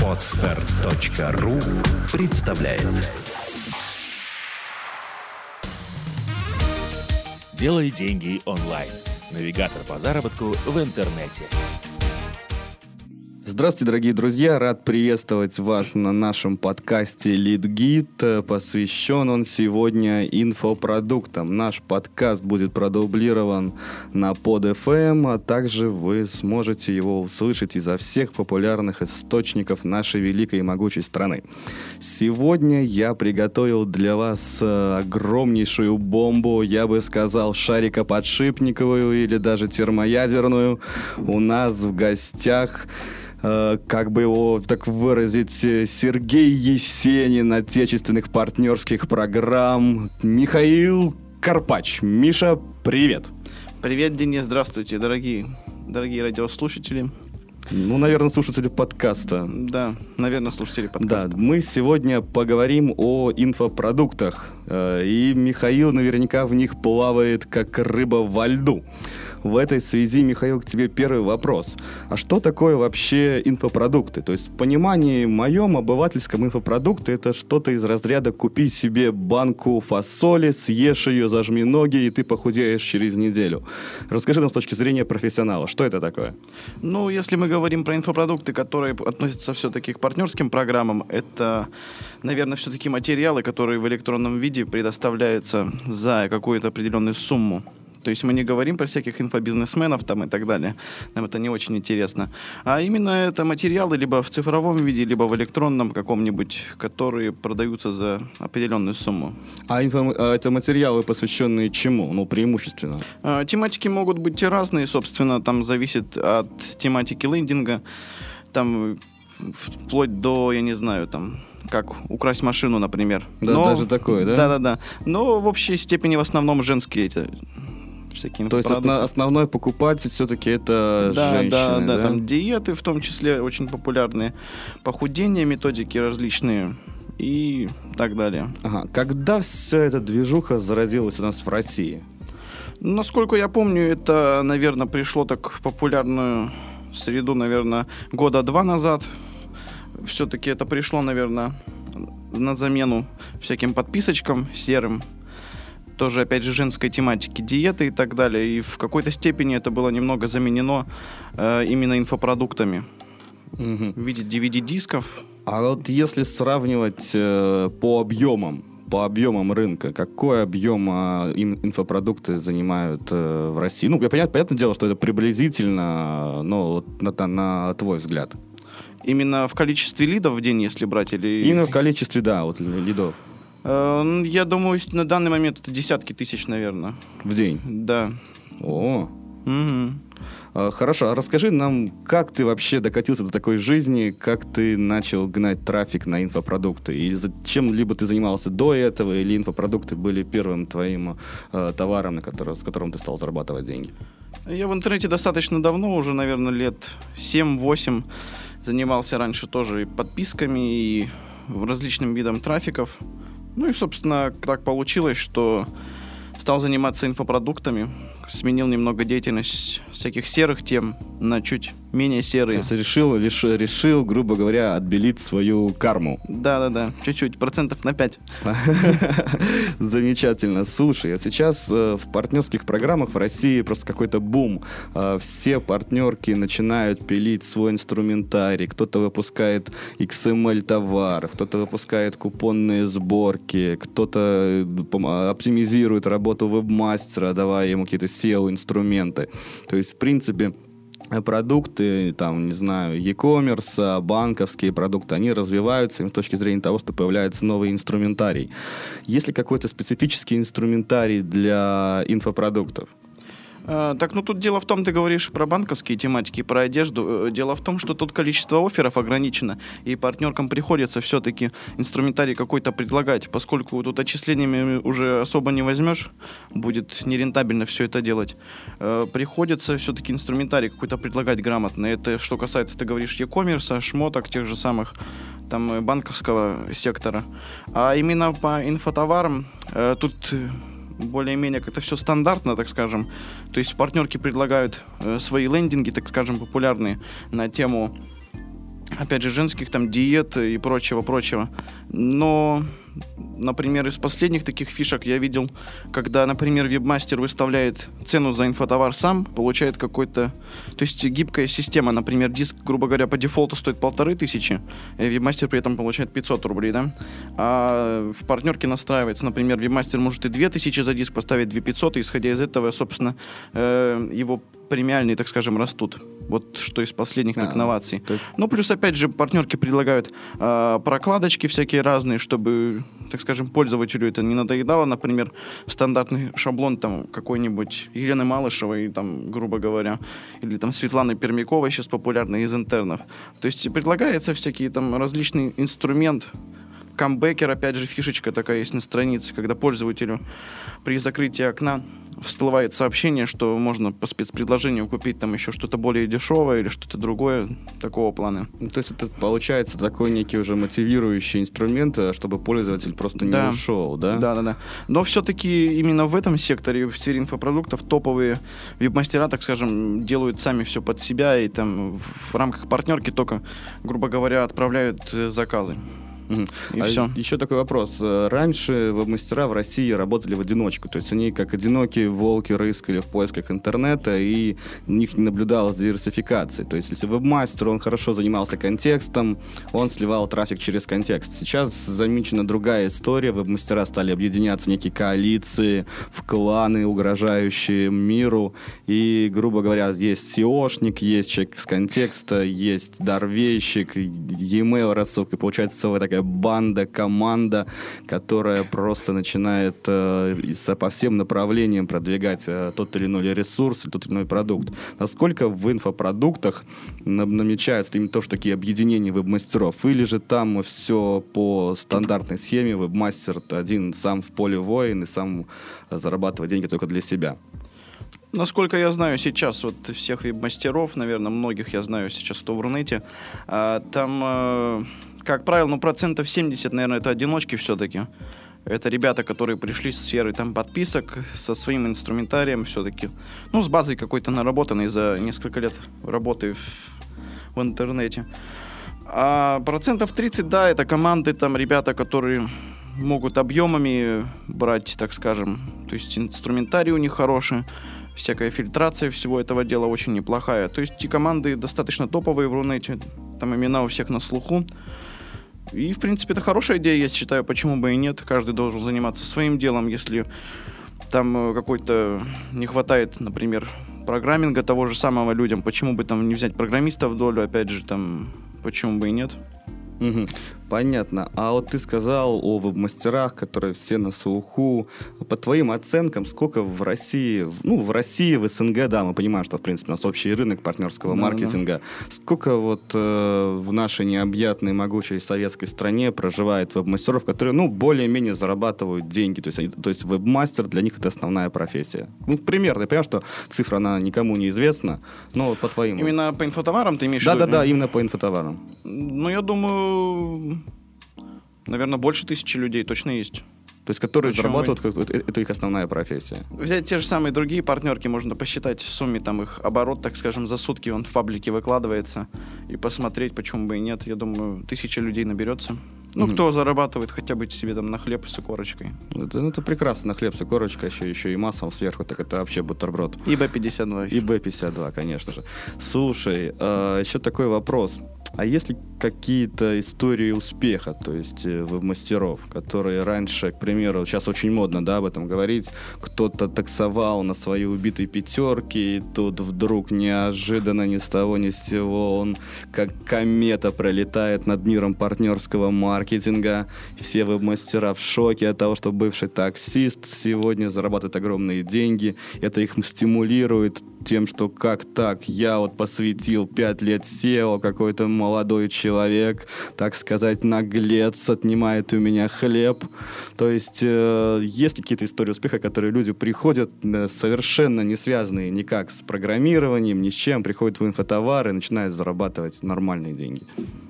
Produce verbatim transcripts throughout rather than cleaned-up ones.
Подстер точка ру представляет. Делай деньги онлайн. Навигатор по заработку в интернете. Здравствуйте, дорогие друзья! Рад приветствовать вас на нашем подкасте LeadGuide. Посвящен он сегодня инфопродуктам. Наш подкаст будет продублирован на под эф эм, а также вы сможете его услышать изо всех популярных источников нашей великой и могучей страны. Сегодня я приготовил для вас огромнейшую бомбу, я бы сказал, шарикоподшипниковую или даже термоядерную. У нас в гостях... как бы его так выразить, Сергей Есенин отечественных партнерских программ, Михаил Карпач. Миша, привет! Привет, Денис, здравствуйте, дорогие, дорогие радиослушатели. Ну, наверное, слушатели подкаста. Да, наверное, слушатели подкаста. Да, мы сегодня поговорим о инфопродуктах, и Михаил наверняка в них плавает, как рыба во льду. В этой связи, Михаил, к тебе первый вопрос. А что такое вообще инфопродукты? То есть в понимании моем, обывательском, инфопродукты — это что-то из разряда «купи себе банку фасоли, съешь ее, зажми ноги, и ты похудеешь через неделю». Расскажи нам с точки зрения профессионала, что это такое? Ну, если мы говорим про инфопродукты, которые относятся все-таки к партнерским программам, это, наверное, все-таки материалы, которые в электронном виде предоставляются за какую-то определенную сумму. То есть мы не говорим про всяких инфобизнесменов там и так далее. Нам это не очень интересно. А именно это материалы либо в цифровом виде, либо в электронном каком-нибудь, которые продаются за определенную сумму. А, инфо- а это материалы, посвященные чему? Ну, преимущественно. А, тематики могут быть разные, собственно, там зависит от тематики лендинга. Там вплоть до, я не знаю, там... как украсть машину, например. Да, Но, даже такое, да? Да-да-да. Но в общей степени в основном женские эти всякие То есть основ, основной покупатель все-таки это да, женщины, да? Да, да? Там диеты в том числе очень популярные, похудения, методики различные и так далее. Ага. Когда вся эта движуха зародилась у нас в России? Насколько я помню, это, наверное, пришло так в популярную среду, наверное, года два назад. Все-таки это пришло, наверное, на замену всяким подписочкам серым. Тоже, опять же, женской тематики, диеты и так далее. И в какой-то степени это было немного заменено э, именно инфопродуктами. Угу. В виде ди ви ди-дисков. А вот если сравнивать э, по объемам, по объемам рынка, какой объем э, инфопродукты занимают э, в России? Ну, я понятно, понятное дело, что это приблизительно, но вот на, на твой взгляд. Именно в количестве лидов в день, если брать, или... Именно в количестве, да, вот лидов. Э, я думаю, на данный момент это десятки тысяч, наверное. В день? Да. О, Угу. а, хорошо, а расскажи нам, как ты вообще докатился до такой жизни, как ты начал гнать трафик на инфопродукты, и чем либо ты занимался до этого, или инфопродукты были первым твоим э, товаром, на который, с которым ты стал зарабатывать деньги? Я в интернете достаточно давно, уже, наверное, лет семь-восемь, занимался раньше тоже и подписками, и различным видом трафиков. Ну и, собственно, так получилось, что стал заниматься инфопродуктами, сменил немного деятельность всяких серых тем на чуть менее серые. То есть решил, решил, решил, грубо говоря, отбелить свою карму. Да-да-да, чуть-чуть, процентов на пять. Замечательно. Слушай, а сейчас э, в партнерских программах в России просто какой-то бум. Э, все партнерки начинают пилить свой инструментарий. Кто-то выпускает икс эм эль-товар, кто-то выпускает купонные сборки, кто-то э, оптимизирует работу веб-мастера, давая ему какие-то сео-инструменты. То есть, в принципе, продукты, там, не знаю, e-commerce, банковские продукты, они развиваются им с точки зрения того, что появляется новый инструментарий. Есть ли какой-то специфический инструментарий для инфопродуктов? А, так, ну тут дело в том, ты говоришь про банковские тематики, про одежду. Дело в том, что тут количество офферов ограничено, и партнеркам приходится все-таки инструментарий какой-то предлагать, поскольку тут отчислениями уже особо не возьмешь, будет нерентабельно все это делать. Э, приходится все-таки инструментарий какой-то предлагать грамотно. Это что касается, ты говоришь, e-commerce, шмоток тех же самых, там, банковского сектора. А именно по инфотоварам э, тут... более-менее как-то все стандартно, так скажем. То есть партнерки предлагают э, свои лендинги, так скажем, популярные на тему опять же, женских там диет и прочего-прочего. Но, например, из последних таких фишек я видел, когда, например, вебмастер выставляет цену за инфотовар сам, получает какой-то... То есть гибкая система, например, диск, грубо говоря, по дефолту стоит полторы тысячи, и вебмастер при этом получает пятьсот рублей, да? А в партнерке настраивается, например, вебмастер может и две тысячи за диск поставить, две тысячи пятьсот, и исходя из этого, собственно, его премиальные, так скажем, растут. Вот что из последних а, инноваций. Есть... Ну, плюс, опять же, партнерки предлагают э, прокладочки всякие разные, чтобы, так скажем, пользователю это не надоедало. Например, стандартный шаблон там какой-нибудь Елены Малышевой, там, грубо говоря, или там Светланы Пермяковой, сейчас популярной из интернов. То есть предлагается всякие там различный инструмент. Камбэкер, опять же, фишечка такая есть на странице, когда пользователю при закрытии окна всплывает сообщение, что можно по спецпредложению купить там еще что-то более дешевое или что-то другое такого плана. Ну, то есть это получается такой некий уже мотивирующий инструмент, чтобы пользователь просто не да. ушел, да? Да, да, да. Но все-таки именно в этом секторе, в сфере инфопродуктов, топовые веб-мастера, так скажем, делают сами все под себя и там в рамках партнерки только, грубо говоря, отправляют заказы. Угу. И а все. Еще такой вопрос. Раньше веб-мастера в России работали в одиночку. То есть они как одинокие волки рыскали в поисках интернета, и у них не наблюдалось диверсификации. То есть если веб-мастер, он хорошо занимался контекстом, он сливал трафик через контекст. Сейчас замечена другая история. Веб-мастера стали объединяться в некие коалиции, в кланы, угрожающие миру. И, грубо говоря, есть сеошник, есть человек с контекста, есть дарвейщик, e-mail рассылка. Получается целая такая банда, команда, которая просто начинает э, по всем направлениям продвигать э, тот или иной ресурс, тот или иной продукт. Насколько в инфопродуктах намечаются именно то, что такие объединения веб-мастеров? Или же там все по стандартной схеме, веб-мастер один сам в поле воин и сам зарабатывает деньги только для себя? Насколько я знаю сейчас, вот всех веб-мастеров, наверное, многих я знаю сейчас, кто в Рунете, а, там... А... Как правило, ну, процентов семьдесят, наверное, это одиночки все-таки. Это ребята, которые пришли с сферы там подписок, со своим инструментарием все-таки. Ну, с базой какой-то наработанной за несколько лет работы в, в интернете. А процентов тридцать, да, это команды, там, ребята, которые могут объемами брать, так скажем. То есть инструментарий у них хороший. Всякая фильтрация всего этого дела очень неплохая. То есть и команды достаточно топовые в Рунете. Там имена у всех на слуху. И, в принципе, это хорошая идея, я считаю, почему бы и нет. Каждый должен заниматься своим делом. Если там какой-то не хватает, например, программинга того же самого людям, почему бы там не взять программиста в долю, опять же, там, почему бы и нет. Угу. Понятно. А вот ты сказал о веб-мастерах, которые все на слуху. По твоим оценкам, сколько в России, ну, в России, в СНГ, да, мы понимаем, что, в принципе, у нас общий рынок партнерского да, маркетинга. Да. Сколько вот э, в нашей необъятной, могучей советской стране проживает веб-мастеров, которые, ну, более-менее зарабатывают деньги? То есть, они, то есть веб-мастер для них это основная профессия. Ну, примерно. Я понимаю, что цифра, она никому не известна, но вот по твоим... Именно по инфотоварам ты имеешь в виду? Да, да, да, именно по инфотоварам. Ну, я думаю... Наверное, больше тысячи людей точно есть. То есть, которые Причем зарабатывают, вы... это, это их основная профессия. Взять те же самые другие партнерки, можно посчитать в сумме там их оборот, так скажем, за сутки он в паблике выкладывается, и посмотреть, почему бы и нет. Я думаю, тысяча людей наберется. Ну, mm-hmm. кто зарабатывает хотя бы себе там на хлеб с икорочкой. Это, ну, это прекрасно, на хлеб с икорочкой, еще, еще и маслом сверху, так это вообще бутерброд. И бэ пятьдесят два. И бэ пятьдесят два, конечно же. Слушай, э, еще такой вопрос. А есть ли какие-то истории успеха, то есть э, веб-мастеров, которые раньше, к примеру, сейчас очень модно, да, об этом говорить, кто-то таксовал на свои убитые пятерки, и тут вдруг неожиданно ни с того ни с сего он как комета пролетает над миром партнерского маркетинга. Все веб-мастера в шоке от того, что бывший таксист сегодня зарабатывает огромные деньги. Это их стимулирует тем, что как так, я вот посвятил пять лет сео, какой-то молодой человек, так сказать, наглец, отнимает у меня хлеб. То есть э, есть какие-то истории успеха, которые люди приходят э, совершенно не связанные никак с программированием, ни с чем, приходят в инфотовар и начинают зарабатывать нормальные деньги.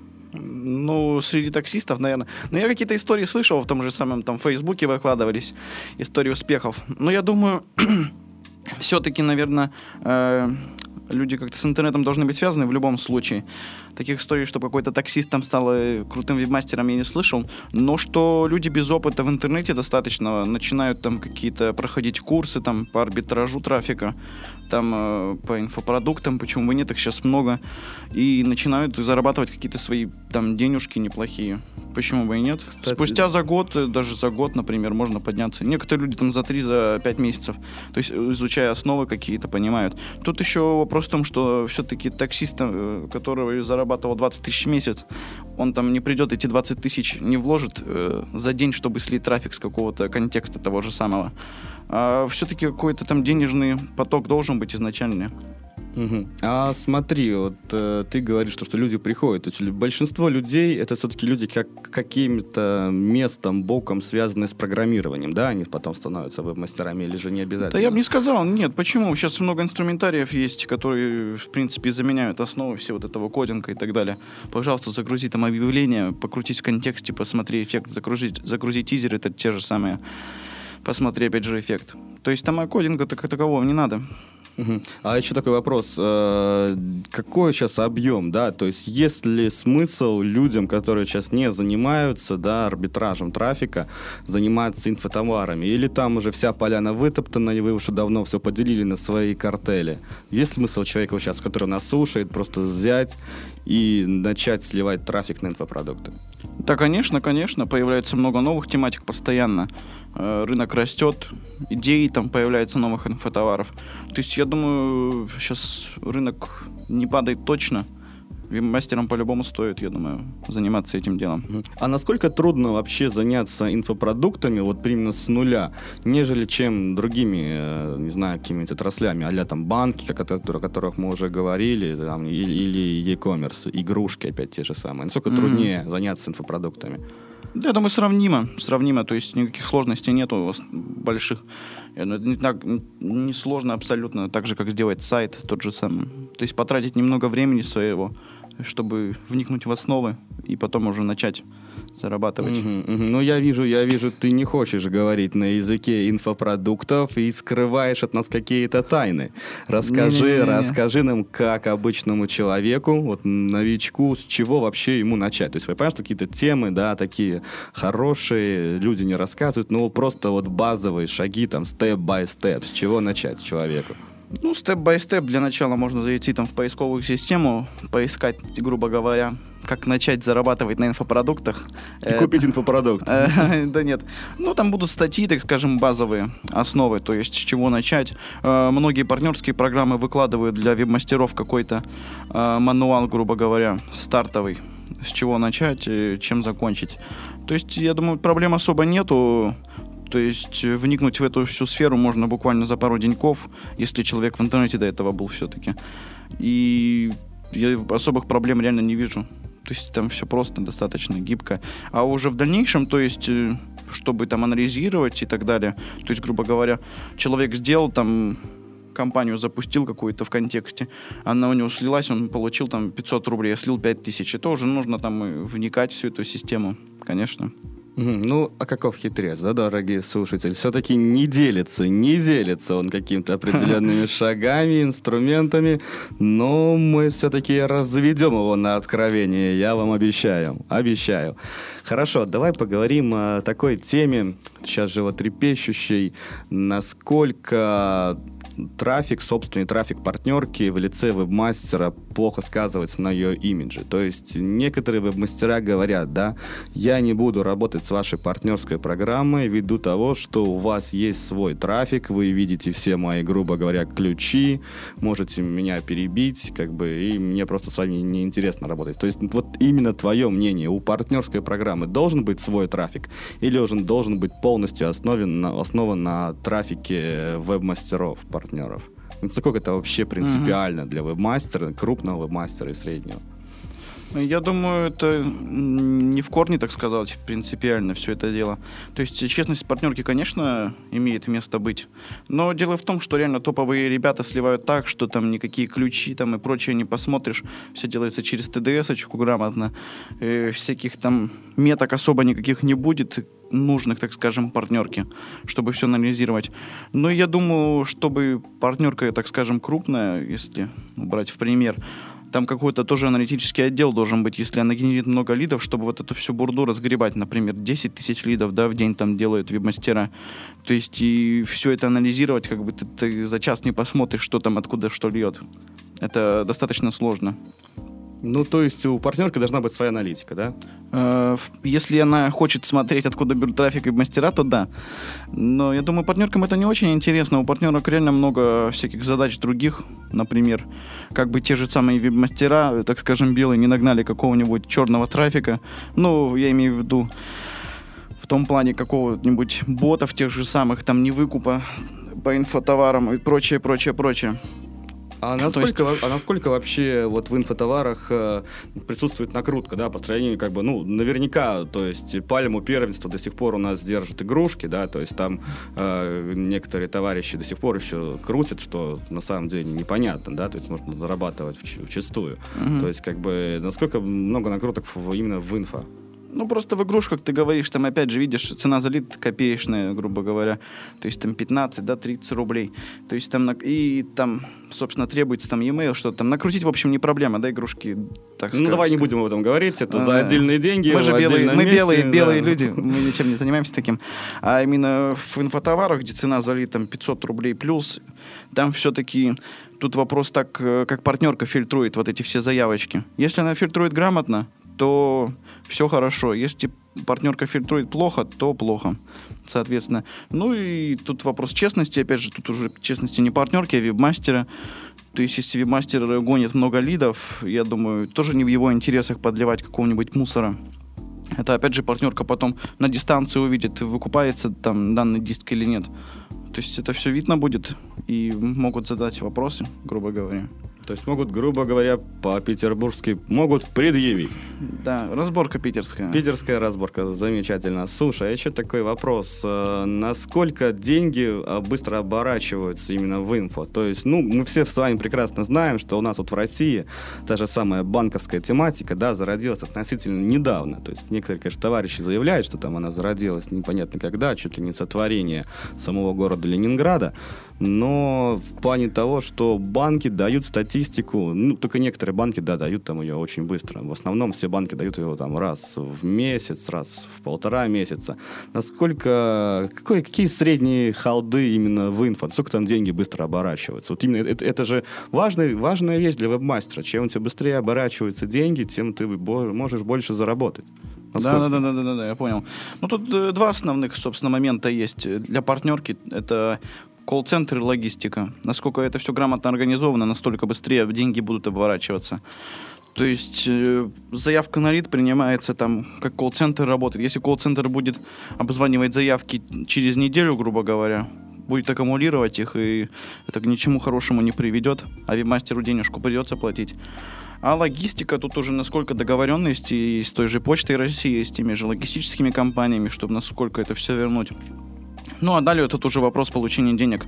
Ну, среди таксистов, наверное. Но я какие-то истории слышал, в том же самом там Фейсбуке выкладывались истории успехов. Но я думаю, все-таки, наверное, э, Люди как-то с интернетом должны быть связаны в любом случае. Таких историй, что какой-то таксист там стал крутым веб-мастером, я не слышал. Но что люди без опыта в интернете достаточно начинают там какие-то проходить курсы там по арбитражу трафика, там э, по инфопродуктам, почему бы нет, их сейчас много, и начинают зарабатывать какие-то свои там денежки неплохие. Почему бы и нет? Кстати, спустя за год, даже за год, например, можно подняться. Некоторые люди там за три, за пять месяцев, то есть изучая основы какие-то, понимают. Тут еще вопрос в том, что все-таки таксист, который зарабатывал двадцать тысяч в месяц, он там не придет, эти двадцать тысяч не вложит э, за день, чтобы слить трафик с какого-то контекста того же самого. А все-таки какой-то там денежный поток должен быть изначально. Угу. А смотри, вот э, ты говоришь, что, что люди приходят. То есть большинство людей это все-таки люди как каким-то местом, боком связаны с программированием, да? Они потом становятся веб-мастерами или же не обязательно? Да я бы не сказал, нет. Почему? Сейчас много инструментариев есть, которые, в принципе, заменяют основы всего вот этого кодинга и так далее. Пожалуйста, загрузи там объявление, покрутись в контексте, посмотри эффект, загрузить, загрузи тизер, это те же самые. Посмотри, опять же, эффект. То есть там кодинга-то как такового не надо. Угу. А еще такой вопрос. Какой сейчас объем, да? То есть есть ли смысл людям, которые сейчас не занимаются, да, арбитражем трафика, заниматься инфотоварами? Или там уже вся поляна вытоптана, и вы уже давно все поделили на свои картели? Есть смысл человеку сейчас, который нас слушает, просто взять и начать сливать трафик на инфопродукты? Да, конечно, конечно. Появляется много новых тематик постоянно. Рынок растет, идеи там появляются новых инфотоваров. То есть я думаю, сейчас рынок не падает точно. Веб-мастерам по-любому стоит, я думаю, заниматься этим делом. А насколько трудно вообще заняться инфопродуктами вот именно с нуля, нежели чем другими, не знаю, какими-то отраслями, а-ля там банки, о которых мы уже говорили, там, или, или e-commerce, игрушки опять те же самые. Насколько mm-hmm. труднее заняться инфопродуктами? Да, я думаю, сравнимо, сравнимо, то есть никаких сложностей нету больших. Не, так, не сложно абсолютно, так же, как сделать сайт тот же самый. То есть потратить немного времени своего, чтобы вникнуть в основы и потом уже начать зарабатывать. Uh-huh, uh-huh. Ну, я вижу, я вижу, ты не хочешь говорить на языке инфопродуктов и скрываешь от нас какие-то тайны. Расскажи, Не-не-не-не. расскажи нам, как обычному человеку, вот новичку, с чего вообще ему начать. То есть, вы понимаете, что какие-то темы, да, такие хорошие, люди не рассказывают, но просто вот базовые шаги, там, степ-бай-степ, с чего начать человеку? Ну, степ-бай-степ для начала можно зайти там в поисковую систему, поискать, грубо говоря, как начать зарабатывать на инфопродуктах. И купить инфопродукт. Да нет. Ну, там будут статьи, так скажем, базовые основы, то есть с чего начать. Многие партнерские программы выкладывают для веб-мастеров какой-то мануал, грубо говоря, стартовый, с чего начать, чем закончить. То есть, я думаю, проблем особо нету. То есть вникнуть в эту всю сферу можно буквально за пару деньков, если человек в интернете до этого был все-таки. И я особых проблем реально не вижу. То есть там все просто, достаточно гибко. А уже в дальнейшем, то есть, чтобы там анализировать и так далее, то есть, грубо говоря, человек сделал там, компанию запустил какую-то в контексте, она у него слилась, он получил там пятьсот рублей, а слил пять тысяч. Это уже нужно там вникать в всю эту систему, конечно. Ну, а каков хитрец, да, дорогие слушатели? Все-таки не делится, не делится он какими-то определенными шагами, инструментами, но мы все-таки разведем его на откровение, я вам обещаю, обещаю. Хорошо, давай поговорим о такой теме, сейчас животрепещущей, насколько трафик, собственный трафик партнерки в лице веб-мастера плохо сказывается на ее имидже. То есть некоторые веб-мастера говорят, да, я не буду работать с вашей партнерской программой ввиду того, что у вас есть свой трафик, вы видите все мои, грубо говоря, ключи, можете меня перебить, как бы, и мне просто с вами неинтересно работать. То есть вот именно твое мнение, у партнерской программы должен быть свой трафик или он должен быть полностью основан на, основан на трафике веб-мастеров, партнеров? Насколько это вообще принципиально mm-hmm. для веб-мастера, крупного веб-мастера и среднего? Я думаю, это не в корне, так сказать, принципиально все это дело. То есть честность партнерки, конечно, имеет место быть. Но дело в том, что реально топовые ребята сливают так, что там никакие ключи там и прочее не посмотришь. Все делается через тэ дэ эс-очку грамотно. Э, всяких там меток особо никаких не будет, нужных, так скажем, партнерки, чтобы все анализировать. Но я думаю, чтобы партнерка, так скажем, крупная, если брать в пример, там какой-то тоже аналитический отдел должен быть, если она генерит много лидов, чтобы вот эту всю бурду разгребать, например, десять тысяч лидов, да, в день там делают веб-мастера. То есть и все это анализировать, как бы ты, ты за час не посмотришь, что там, откуда что льет. Это достаточно сложно. Ну, то есть у партнерки должна быть своя аналитика, да? Э, Если она хочет смотреть, откуда берут трафик и мастера, то да. Но я думаю, партнеркам это не очень интересно. У партнерок реально много всяких задач других. Например, как бы те же самые веб-мастера, так скажем, белые, не нагнали какого-нибудь черного трафика. Ну, я имею в виду в том плане какого-нибудь ботов тех же самых, там, невыкупа по инфотоварам и прочее, прочее, прочее. А насколько, есть... а насколько вообще вот в инфотоварах э, присутствует накрутка, да, по сравнению, как бы, ну, наверняка, то есть пальму первенства до сих пор у нас держат игрушки, да, то есть там э, некоторые товарищи до сих пор еще крутят, что на самом деле непонятно, да, то есть можно зарабатывать в, вчистую. Mm-hmm. То есть, как бы, насколько много накруток в, именно в инфо? Ну, просто в игрушках ты говоришь, там, опять же, видишь, цена за лид копеечная, грубо говоря. То есть там пятнадцать, да, тридцать рублей. То есть там, и там, собственно, требуется там e-mail, что-то там. Накрутить, в общем, не проблема, да, игрушки, так сказать. Ну, давай не будем об этом говорить, это а, за отдельные деньги. Мы же белые, мы месте, белые, да. белые люди, мы ничем не занимаемся таким. А именно в инфотоварах, где цена за лид там пятьсот рублей плюс, там все-таки... Тут вопрос так, как партнерка фильтрует вот эти все заявочки. Если она фильтрует грамотно, то все хорошо. Если партнерка фильтрует плохо, то плохо, соответственно. Ну и тут вопрос честности. Опять же, тут уже честности не партнерки, а веб-мастера. То есть, если веб-мастер гонит много лидов, я думаю, тоже не в его интересах подливать какого-нибудь мусора. Это, опять же, партнерка потом на дистанции увидит, выкупается там данный диск или нет. То есть это все видно будет, и могут задать вопросы, грубо говоря. То есть могут, грубо говоря, по-петербургски могут предъявить. Да, разборка питерская. Питерская разборка, замечательно. Слушай, а еще такой вопрос. Насколько деньги быстро оборачиваются именно в инфо? То есть, ну, мы все с вами прекрасно знаем, что у нас вот в России та же самая банковская тематика, да, зародилась относительно недавно. То есть некоторые, конечно, товарищи заявляют, что там она зародилась непонятно когда, чуть ли не сотворение самого города Ленинграда. Но в плане того, что банки дают статистику, ну, только некоторые банки, да, дают там ее очень быстро. В основном все банки дают ее там раз в месяц, раз в полтора месяца. Насколько, какой, какие средние холды именно в инфо? Насколько там деньги быстро оборачиваются? Вот именно это, это же важная, важная вещь для веб-мастера. Чем у тебя быстрее оборачиваются деньги, тем ты можешь больше заработать. Да, да, да, да, да, да, я понял. Ну, тут э, два основных, собственно, момента есть для партнерки. Это колл-центр и логистика. Насколько это все грамотно организовано, настолько быстрее деньги будут оборачиваться. То есть э, заявка на лид принимается там, как колл-центр работает. Если колл-центр будет обзванивать заявки через неделю, грубо говоря, будет аккумулировать их, и это к ничему хорошему не приведет, а веб-мастеру денежку придется платить. А логистика, тут уже насколько договоренности и с той же Почтой России, и с теми же логистическими компаниями, чтобы насколько это все вернуть. Ну, а далее тут уже вопрос получения денег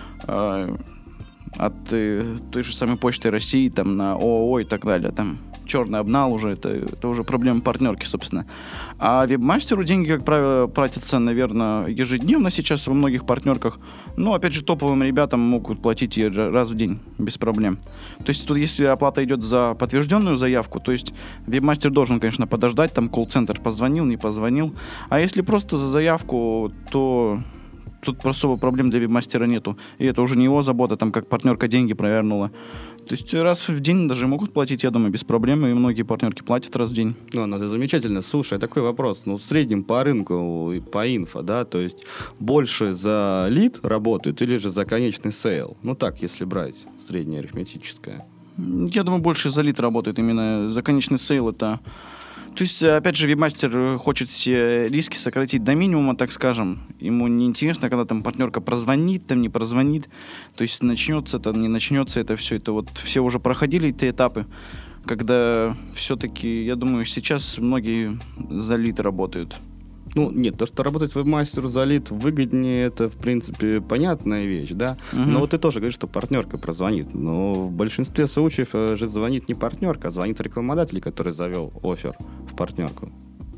э, от э, той же самой Почты России, там, на ООО и так далее. Там черный обнал уже, это, это уже проблема партнерки, собственно. А веб-мастеру деньги, как правило, платятся, наверное, ежедневно сейчас во многих партнерках. Но, опять же, топовым ребятам могут платить и раз в день, без проблем. То есть тут, если оплата идет за подтвержденную заявку, то есть веб-мастер должен, конечно, подождать, там колл-центр позвонил, не позвонил. А если просто за заявку, то тут особо проблем для веб-мастера нету. И это уже не его забота, там, как партнерка деньги провернула. То есть раз в день даже могут платить, я думаю, без проблем, и многие партнерки платят раз в день. Ну, ну, это замечательно. Слушай, такой вопрос. Ну, в среднем по рынку, по инфо, да, то есть больше за лид работают или же за конечный сейл? Ну, так, если брать среднее арифметическое. Я думаю, больше за лид работает. Именно за конечный сейл это... То есть, опять же, веб-мастер хочет все риски сократить до минимума, так скажем. Ему не интересно, когда там партнерка прозвонит, там не прозвонит. То есть начнется, там не начнется это все. Это вот все уже проходили эти этапы. когда все-таки, я думаю, сейчас многие за лид работают. Ну, нет, то, что работать веб-мастеру за лид выгоднее, это, в принципе, понятная вещь, да? Угу. Но вот ты тоже говоришь, что партнерка прозвонит. Но в большинстве случаев же звонит не партнерка, а звонит рекламодатель, который завел оффер в партнерку.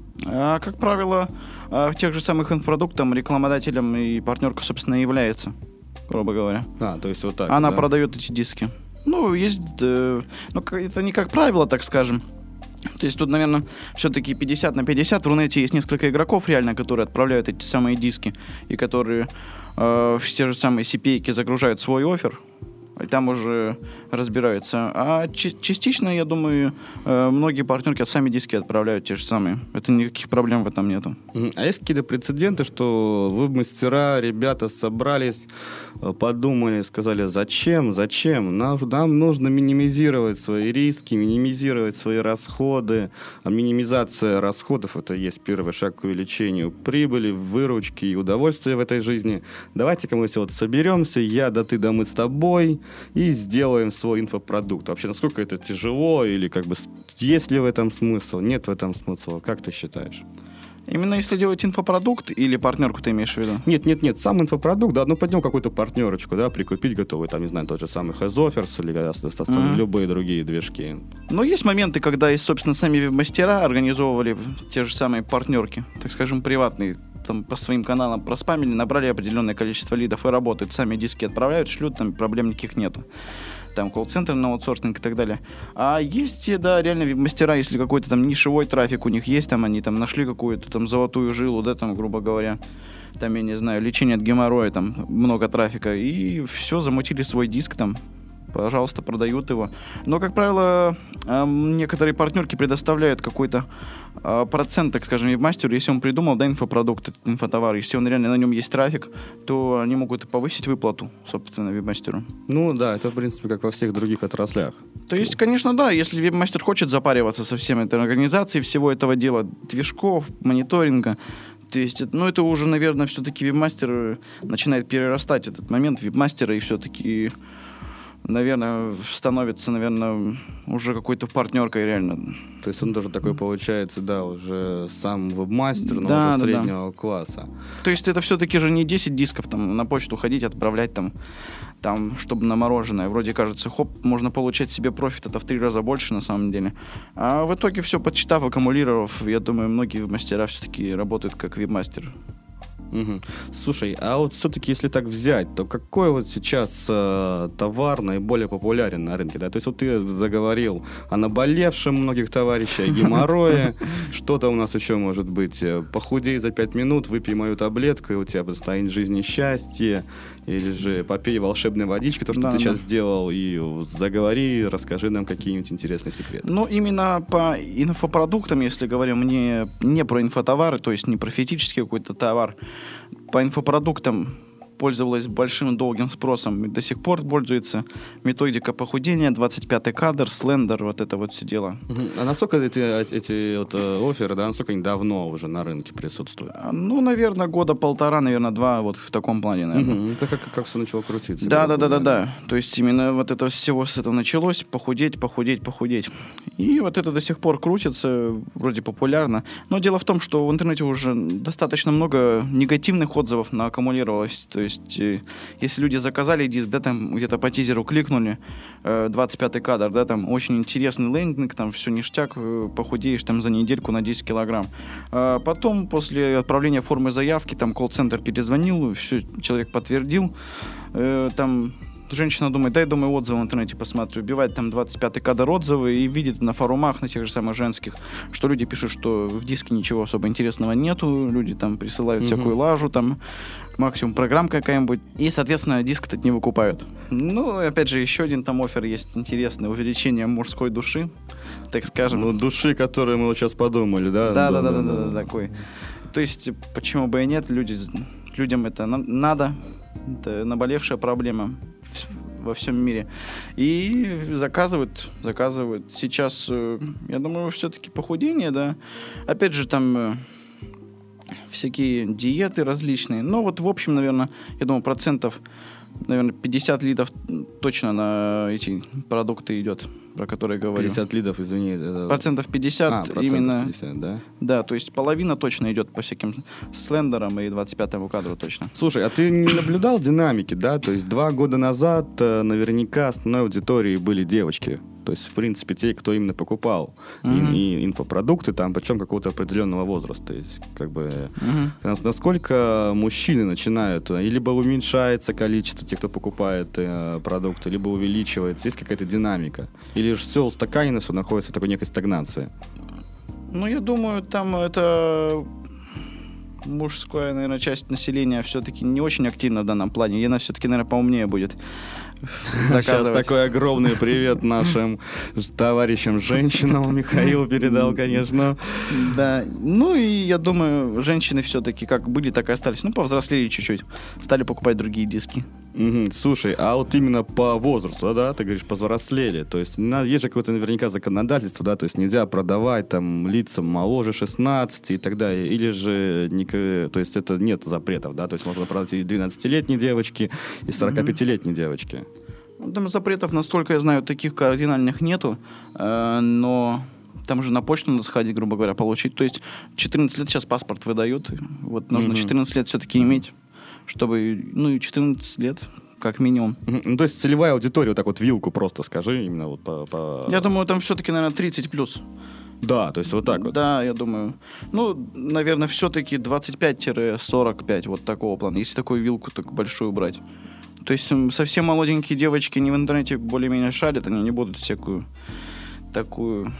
А, как правило, в тех же самых инфопродуктах рекламодателем и партнерка, собственно, и является, грубо говоря. А, то есть вот так. Она да? продает эти диски. Ну, есть... Э, ну, это не как правило, так скажем. То есть тут, наверное, все-таки пятьдесят на пятьдесят. В Рунете есть несколько игроков реально, которые отправляют эти самые диски и которые э, все же самые си пи эй-ки загружают свой оффер, и там уже разбираются. А ч- частично, я думаю, э, многие партнерки сами диски отправляют те же самые. Это никаких проблем в этом нету. А есть какие-то прецеденты, что веб-мастера, ребята собрались, подумали, сказали, зачем, зачем? Нам, нам нужно минимизировать свои риски, минимизировать свои расходы. А минимизация расходов — это и есть первый шаг к увеличению прибыли, выручки и удовольствия в этой жизни. Давайте-ка мы все вот соберемся, я, да ты, да мы с тобой, и сделаем свой инфопродукт. Вообще, насколько это тяжело, или как бы есть ли в этом смысл, нет в этом смысла? Как ты считаешь? Именно если делать инфопродукт или партнерку ты имеешь в виду? Нет, нет, нет, сам инфопродукт, да, ну пойдем какую-то партнерочку, да, прикупить готовый, там, не знаю, тот же самый Hezoffers или mm-hmm. любые другие движки. Но есть моменты, когда, собственно, сами веб-мастера организовывали те же самые партнерки, так скажем, приватные, там по своим каналам проспамили, набрали определенное количество лидов и работают, сами диски отправляют, шлют, там проблем никаких нету. Там колл-центр на аутсорсинг и так далее. А есть, да, реально веб-мастера, если какой-то там нишевой трафик у них есть, там они там нашли какую-то там золотую жилу, да, там, грубо говоря, там, я не знаю, лечение от геморроя, там, много трафика, и все, замутили свой диск там, пожалуйста, продают его. Но, как правило, некоторые партнерки предоставляют какой-то процент, так скажем, веб-мастеру, если он придумал, да, инфопродукт, этот инфотовар, если он реально на нем есть трафик, то они могут повысить выплату, собственно, веб-мастеру. Ну да, это, в принципе, как во всех других отраслях. То есть, конечно, да, если веб-мастер хочет запариваться со всем этой организацией, всего этого дела, движков, мониторинга, то есть, ну, это уже, наверное, все-таки веб-мастер начинает перерастать этот момент веб-мастера и все-таки... наверное, становится, наверное, уже какой-то партнеркой реально. То есть он даже такой получается, да, уже сам веб-мастер, но да, уже да, среднего да. класса. То есть это все-таки же не десять дисков там на почту ходить, отправлять там, там, чтобы на мороженое. Вроде кажется, хоп, можно получать себе профит, это в три раза больше на самом деле. А в итоге все подсчитав, аккумулировав, я думаю, многие мастера все-таки работают как веб-мастер. Угу. Слушай, а вот все-таки, если так взять, то какой вот сейчас э, товар наиболее популярен на рынке? Да? То есть вот ты заговорил о наболевшем многих товарищей, о геморрое. Что-то у нас еще может быть. Похудей за пять минут, выпей мою таблетку, и у тебя станет жизнь и счастье. Или же попей волшебной водички, то, что да, ты да. сейчас сделал, и заговори, расскажи нам какие-нибудь интересные секреты. Ну, именно по инфопродуктам, если говорим, не, не про инфотовары, то есть не про физический какой-то товар, по инфопродуктам пользовалась большим долгим спросом и до сих пор пользуется методика похудения, двадцать пятый кадр, слендер, вот это вот все дело. Uh-huh. А насколько эти, эти вот, офферы, да, насколько они давно уже на рынке присутствуют? Ну, наверное, года полтора, наверное, два, вот в таком плане, наверное. Uh-huh. Это как, как все начало крутиться. Да, да, да, да, да. То есть именно вот это всего с этого началось, похудеть, похудеть, похудеть. И вот это до сих пор крутится, вроде популярно. Но дело в том, что в интернете уже достаточно много негативных отзывов нааккумулировалось. То есть, если люди заказали диск, да, там где-то по тизеру кликнули, двадцать пятый кадр, да, там очень интересный лендинг, там все ништяк, похудеешь там за недельку на десять килограмм. А потом, после отправления формы заявки, там колл-центр перезвонил, все, человек подтвердил, там... Женщина думает, дай, думаю, отзывы в интернете посмотрю. Вбивает там двадцать пятый кадр отзывы и видит на форумах, на тех же самых женских, что люди пишут, что в диске ничего особо интересного нету. Люди там присылают mm-hmm. всякую лажу, там максимум программ какая-нибудь. И, соответственно, диск этот не выкупают. Ну, опять же, еще один там оффер есть интересный. Увеличение мужской души, так скажем. Ну, души, которые мы вот сейчас подумали, да? Да-да-да, такой. То есть, почему бы и нет, люди, людям это на- надо. Это наболевшая проблема во всем мире. И заказывают, заказывают. Сейчас, я думаю, все-таки похудение, да. Опять же, там всякие диеты различные. Но вот в общем, наверное, я думаю, процентов, наверное, пятьдесят литров точно на эти продукты идет. про который я говорю. пятьдесят лидов, извини. Это... Процентов пятьдесят а, процентов именно. пятьдесят, да? Да, то есть половина точно идет по всяким слендерам и двадцать пятому кадру точно. Слушай, а ты не наблюдал динамики, да? То есть два года назад э, наверняка основной аудиторией были девочки. То есть, в принципе, те, кто именно покупал mm-hmm. и, и инфопродукты, там, причем какого-то определенного возраста. То есть, как бы, mm-hmm. насколько мужчины начинают, и либо уменьшается количество тех, кто покупает э, продукты, либо увеличивается, есть какая-то динамика? Или же все устаканено, все находится в такой некой стагнации? Ну, я думаю, там это... мужская, наверное, часть населения все-таки не очень активна в данном плане. И она все-таки, наверное, поумнее будет заказывать. Сейчас такой огромный привет нашим товарищам женщинам Михаил передал, конечно. Да, ну и я думаю, женщины все-таки как были, так и остались. Ну, повзрослели чуть-чуть, стали покупать другие диски. Угу. Слушай, а вот именно по возрасту, да, ты говоришь, повзрослели, то есть на, есть же какое-то наверняка законодательство, да, то есть нельзя продавать там лицам моложе шестнадцати и так далее, или же, не, то есть это нет запретов, да, то есть можно продать и двенадцатилетние девочки, и сорокапятилетние девочки. Там запретов, насколько я знаю, таких кардинальных нету, э, но... Там же на почту надо сходить, грубо говоря, получить. То есть четырнадцать лет сейчас паспорт выдают. Вот нужно mm-hmm. четырнадцать лет все-таки иметь, чтобы... Ну и четырнадцать лет, как минимум. Mm-hmm. Ну, то есть целевая аудитория, вот так вот вилку просто скажи, именно вот по... по... Я думаю, там все-таки, наверное, тридцать плюс. Да, то есть вот так вот. Да, я думаю. Ну, наверное, все-таки двадцать пять - сорок пять, вот такого плана. Если такую вилку так большую брать. То есть совсем молоденькие девочки не в интернете более-менее шарят, они не будут всякую такую...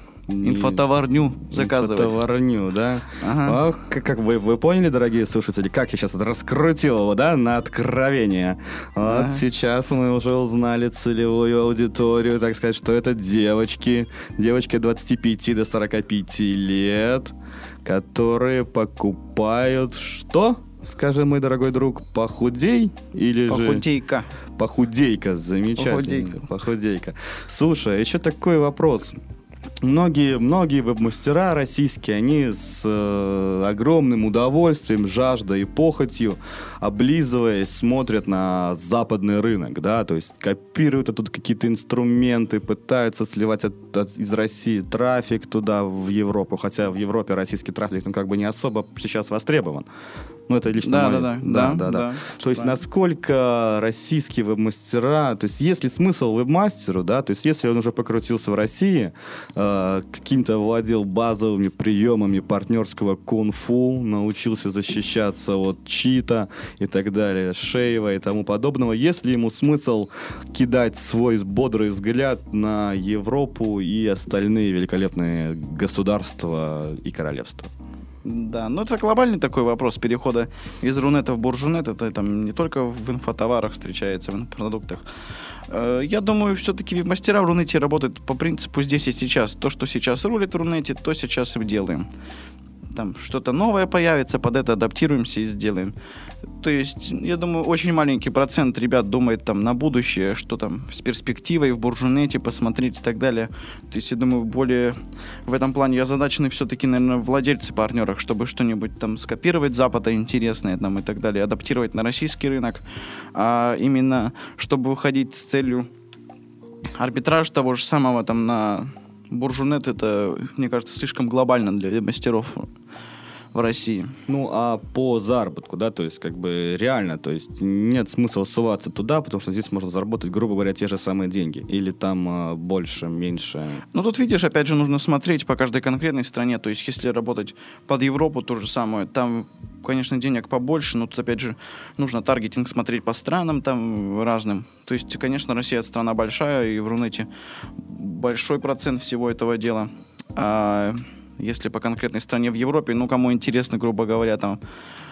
инфотоварню заказывать. Инфотоварню, да? Ага. Ох, как, как вы, вы поняли, дорогие слушатели, как я сейчас раскрутил его, да, на откровение. Вот ага. Сейчас мы уже узнали целевую аудиторию, так сказать, что это девочки, девочки от двадцати пяти до сорока пяти лет, которые покупают что? Скажи, мой дорогой друг, похудей или Похудейка. же... Похудейка. Замечательно. Похудейка. Похудейка. Слушай, еще такой вопрос. Многие, многие веб-мастера российские, они с э, огромным удовольствием, жаждой и похотью, облизываясь, смотрят на западный рынок, да, то есть копируют оттуда какие-то инструменты, пытаются сливать от, от, из России трафик туда, в Европу, хотя в Европе российский трафик, ну, как бы не особо сейчас востребован. Ну, это лично да, мое. Да, да, да, да, да, да. да. То есть, насколько российские веб-мастера, то есть, есть ли смысл веб-мастеру, да, то есть, если он уже покрутился в России, э, каким-то владел базовыми приемами партнерского кунг-фу, научился защищаться от чита и так далее, шейва и тому подобного, есть ли ему смысл кидать свой бодрый взгляд на Европу и остальные великолепные государства и королевства? Да, ну это глобальный такой вопрос перехода из Рунета в Буржунет. Это там не только в инфотоварах встречается, в инфопродуктах. Я думаю, все-таки мастера в Рунете работают по принципу здесь и сейчас. То, что сейчас рулит в Рунете, то сейчас и делаем. Там что-то новое появится, под это адаптируемся и сделаем. То есть, я думаю, очень маленький процент ребят думает там на будущее, что там с перспективой в Буржунете посмотреть и так далее. То есть, я думаю, более в этом плане озадачены все-таки, наверное, владельцы партнеров, чтобы что-нибудь там скопировать с Запада интересное там и так далее, адаптировать на российский рынок. А именно, чтобы выходить с целью арбитраж того же самого там на Буржунет, это, мне кажется, слишком глобально для мастеров в России. Ну, а по заработку, да, то есть, как бы, реально, то есть, нет смысла суваться туда, потому что здесь можно заработать, грубо говоря, те же самые деньги. Или там а, больше, меньше? Ну, тут, видишь, опять же, нужно смотреть по каждой конкретной стране. То есть, если работать под Европу, то же самое, там, конечно, денег побольше, но тут, опять же, нужно таргетинг смотреть по странам там разным. То есть, конечно, Россия страна большая, и в Рунете большой процент всего этого дела. А если по конкретной стране в Европе, ну, кому интересно, грубо говоря, там,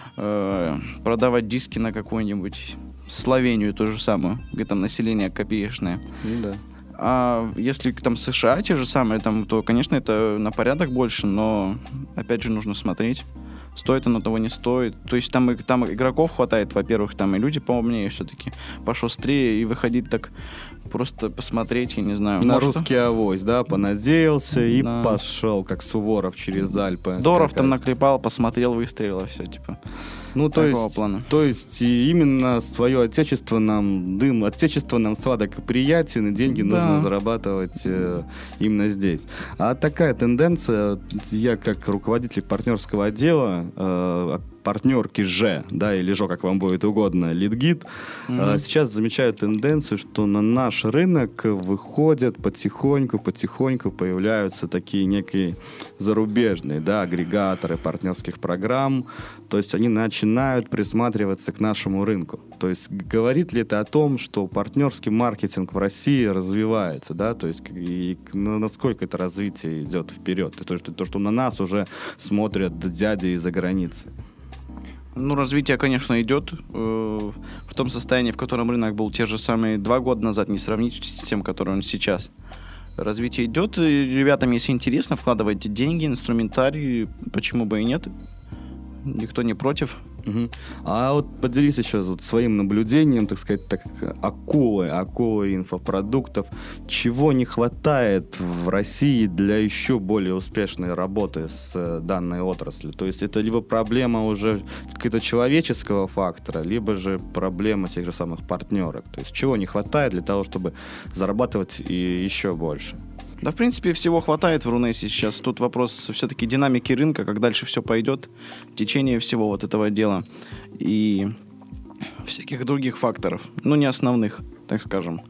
э, продавать диски на какую-нибудь Словению, ту же самую, где там население копеечное. Ну, да. А если там США те же самые, там, то, конечно, это на порядок больше, но, опять же, нужно смотреть, стоит оно того, не стоит. То есть там, там игроков хватает, во-первых, там и люди поумнее все-таки, пошустрее, и выходить так просто посмотреть, я не знаю. На может, русский авось, да, понадеялся и Да. пошел, как Суворов через Альпы. Доров там скакать. наклепал, посмотрел, выстрелил, все, типа. Ну, то такого есть, плана. то есть и именно свое отечество нам, дым, отечество нам сладок и приятен, и деньги Да. нужно зарабатывать э, именно здесь. А такая тенденция, я как руководитель партнерского отдела, э, партнерки же, да, или же, как вам будет угодно, лидгид, э, сейчас замечаю тенденцию, что на наш рынок выходят потихоньку, потихоньку появляются такие некие зарубежные, да, агрегаторы партнерских программ, то есть они начинают присматриваться к нашему рынку. То есть говорит ли это о том, что партнерский маркетинг в России развивается, да, то есть и, ну, насколько это развитие идет вперед, и то, что, то, что на нас уже смотрят дяди из-за границы. Ну, развитие, конечно, идет э, в том состоянии, в котором рынок был те же самые два года назад, не сравнить с тем, который он сейчас. Развитие идет, и ребятам, если интересно, вкладывайте деньги, инструментарий, почему бы и нет. Никто не против. Мгм. А вот поделись еще вот своим наблюдением, так сказать, так, акулы, акулы инфопродуктов. Чего не хватает в России для еще более успешной работы с э, данной отраслью? То есть это либо проблема уже какого-то человеческого фактора, либо же проблема тех же самых партнеров. То есть чего не хватает для того, чтобы зарабатывать и еще больше? Да, в принципе, всего хватает в Рунете сейчас. Тут вопрос все-таки динамики рынка, как дальше все пойдет, течение всего вот этого дела и всяких других факторов, ну, не основных, так скажем.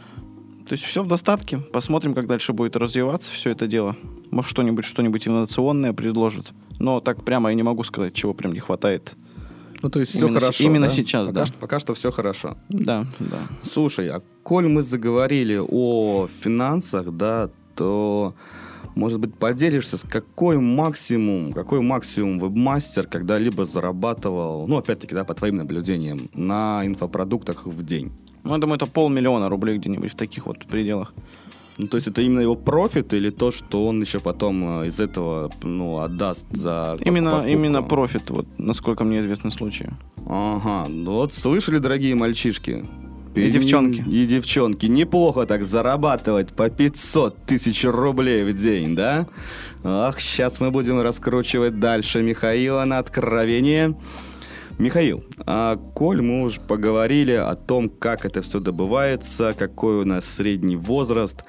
То есть все в достатке. Посмотрим, как дальше будет развиваться все это дело. Может, что-нибудь, что-нибудь инновационное предложит. Но так прямо я не могу сказать, чего прям не хватает. Ну, то есть Именно все с- хорошо, именно да? сейчас, пока да. Что, пока что все хорошо. Да, да. Слушай, а коль мы заговорили о финансах, да, то, может быть, поделишься, с какой максимум, какой максимум вебмастер когда-либо зарабатывал, ну, опять-таки, да, по твоим наблюдениям, на инфопродуктах в день? Ну, я думаю, это полмиллиона рублей где-нибудь в таких вот пределах. Ну, то есть это именно его профит или то, что он еще потом э, из этого, ну, отдаст за Именно, покупку? именно профит, вот, насколько мне известны случаи. Ага, ну вот слышали, дорогие мальчишки? И девчонки. И девчонки. Неплохо так зарабатывать по пятьсот тысяч рублей в день, да? Ах, сейчас мы будем раскручивать дальше Михаила на откровение. Михаил, а коль мы уже поговорили о том, как это все добывается, какой у нас средний возраст,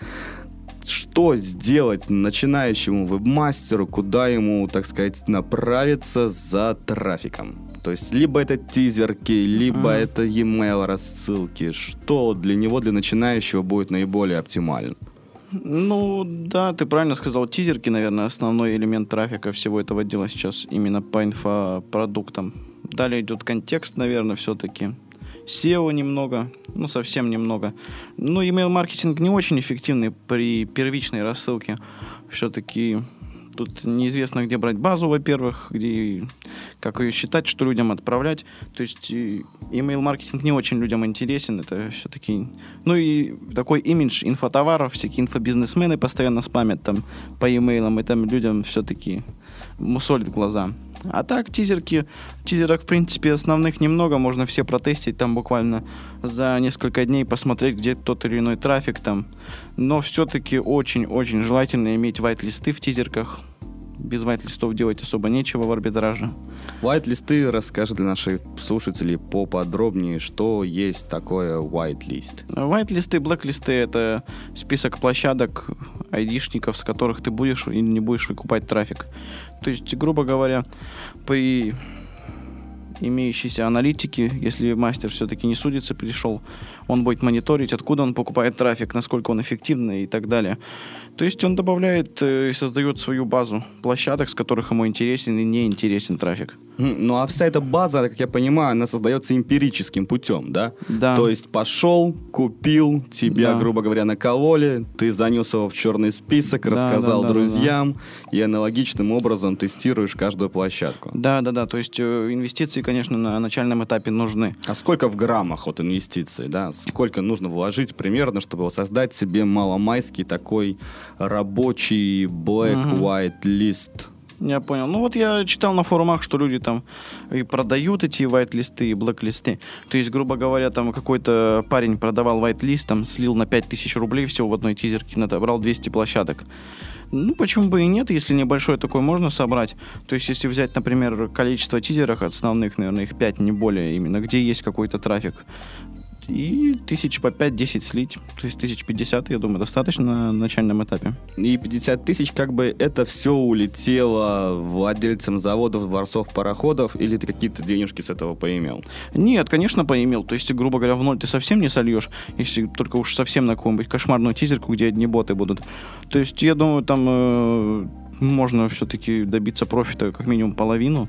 что сделать начинающему вебмастеру, куда ему, так сказать, направиться за трафиком? То есть либо это тизерки, либо Mm. это e-mail рассылки. Что для него, для начинающего, будет наиболее оптимально? Ну, да, ты правильно сказал. Тизерки, наверное, основной элемент трафика всего этого дела сейчас именно по инфопродуктам. Далее идет контекст, наверное, все-таки. сео немного, ну, совсем немного. Ну, email-маркетинг не очень эффективный при первичной рассылке. Все-таки тут неизвестно, где брать базу, во-первых, где, как ее считать, что людям отправлять. То есть и email-маркетинг не очень людям интересен. Это все-таки... Ну и такой имидж инфотоваров, всякие инфобизнесмены постоянно спамят там по e-mailам, и там людям все-таки мусолит глаза. А так, тизерки, тизерок, в принципе, основных немного, можно все протестить там буквально за несколько дней, посмотреть, где тот или иной трафик там. Но все-таки очень-очень желательно иметь вайт-листы в тизерках. Без вайт-листов делать особо нечего в арбитраже. White-листы, расскажи для наших слушателей поподробнее, что есть такое white-лист. Вайт-листы, блэк-листы — это список площадок, айдишников, с которых ты будешь или не будешь выкупать трафик. То есть, грубо говоря, при имеющейся аналитике, если мастер все-таки не судится, пришел, он будет мониторить, откуда он покупает трафик, насколько он эффективный и так далее. То есть он добавляет и создает свою базу площадок, с которых ему интересен и не интересен трафик. Ну, а вся эта база, как я понимаю, она создается эмпирическим путем, да? Да. То есть пошел, купил, тебя, Да. грубо говоря, накололи, ты занес его в черный список, Да, рассказал да, да, друзьям, и аналогичным образом тестируешь каждую площадку. Да, да, да. То есть э, инвестиции, конечно, на начальном этапе нужны. А сколько в граммах вот инвестиций, да? Сколько нужно вложить примерно, чтобы создать себе маломайский такой рабочий black-white лист Я понял. Ну вот я читал на форумах, что люди там и продают эти white-листы и black-листы. То есть, грубо говоря, там какой-то парень продавал white-лист, там слил на пять тысяч рублей всего в одной тизерке, набрал двести площадок. Ну, почему бы и нет, если небольшой такой можно собрать. То есть, если взять, например, количество тизеров основных, наверное, их пять, не более именно, где есть какой-то трафик, и тысяч по пять-десять слить. То есть тысяч пятьдесят, я думаю, достаточно на начальном этапе. И пятьдесят тысяч, как бы, это все улетело владельцам заводов, дворцов, пароходов, или ты какие-то денежки с этого поимел? Нет, конечно, поимел. То есть, грубо говоря, в ноль ты совсем не сольешь, если только уж совсем на какую-нибудь кошмарную тизерку, где одни боты будут. То есть, я думаю, там э, можно все-таки добиться профита как минимум половину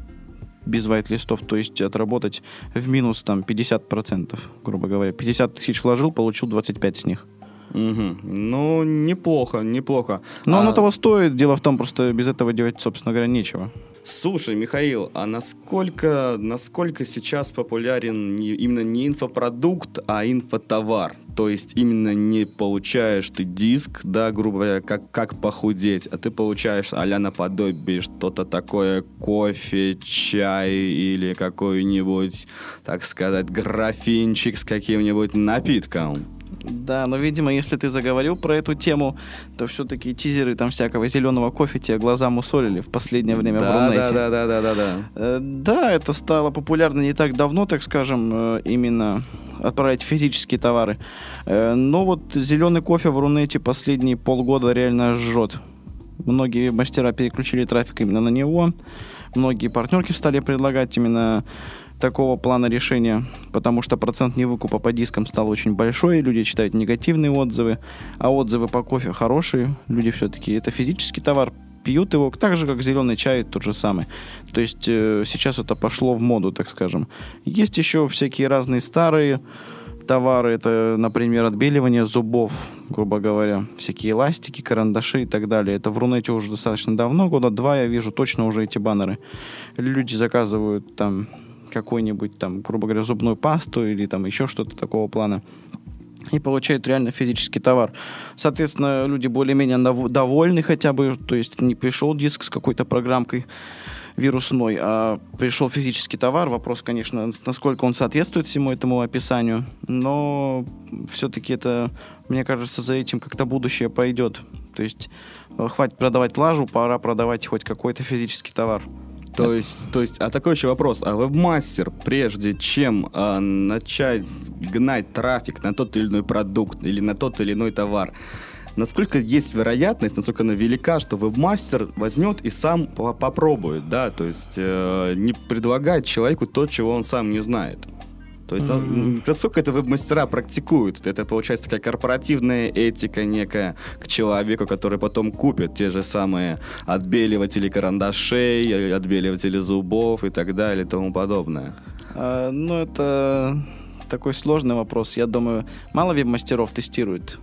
без white-листов, то есть отработать в минус там пятьдесят процентов, грубо говоря. пятьдесят тысяч вложил, получил двадцать пять с них. Угу. Ну, неплохо, неплохо. Но а... оно того стоит. Дело в том, просто без этого делать, собственно говоря, нечего. Слушай, Михаил, а насколько, насколько сейчас популярен не, именно не инфопродукт, а инфотовар? То есть именно не получаешь ты диск, да, грубо говоря, как, как похудеть, а ты получаешь а-ля наподобие что-то такое, кофе, чай или какой-нибудь, так сказать, графинчик с каким-нибудь напитком. Да, но, видимо, если ты заговорил про эту тему, то все-таки тизеры там всякого зеленого кофе тебе глаза мусолили в последнее время да, в Рунете. Да, да, да, да, да. Э, да, это стало популярно не так давно, так скажем, э, именно отправлять физические товары. Э, но вот зеленый кофе в Рунете последние полгода реально жжет. Многие мастера переключили трафик именно на него. Многие партнерки стали предлагать именно такого плана решения, потому что процент невыкупа по дискам стал очень большой, люди читают негативные отзывы, а отзывы по кофе хорошие, люди все-таки, это физический товар, пьют его, так же, как зеленый чай, тот же самый. То есть э, сейчас это пошло в моду, так скажем. Есть еще всякие разные старые товары, это, например, отбеливание зубов, грубо говоря, всякие эластики, карандаши и так далее. Это в Рунете уже достаточно давно, года два я вижу точно уже эти баннеры. Люди заказывают там какую-нибудь там, грубо говоря, зубную пасту или там еще что-то такого плана и получают реально физический товар. Соответственно, люди более-менее довольны хотя бы, то есть не пришел диск с какой-то программкой вирусной, а пришел физический товар. Вопрос, конечно, насколько он соответствует всему этому описанию, но все-таки это, мне кажется, за этим как-то будущее пойдет. То есть хватит продавать лажу, пора продавать хоть какой-то физический товар. То есть, то есть, а такой еще вопрос. А вебмастер, прежде чем а, начать гнать трафик на тот или иной продукт или на тот или иной товар, насколько есть вероятность, насколько она велика, что вебмастер возьмет и сам по- попробует, да, то есть э, не предлагает человеку то, чего он сам не знает. То есть, mm-hmm. насколько это веб-мастера практикуют? Это, получается, такая корпоративная этика некая к человеку, который потом купит те же самые отбеливатели карандашей, отбеливатели зубов и так далее и тому подобное. А, ну, это такой сложный вопрос. Я думаю, мало веб-мастеров тестируют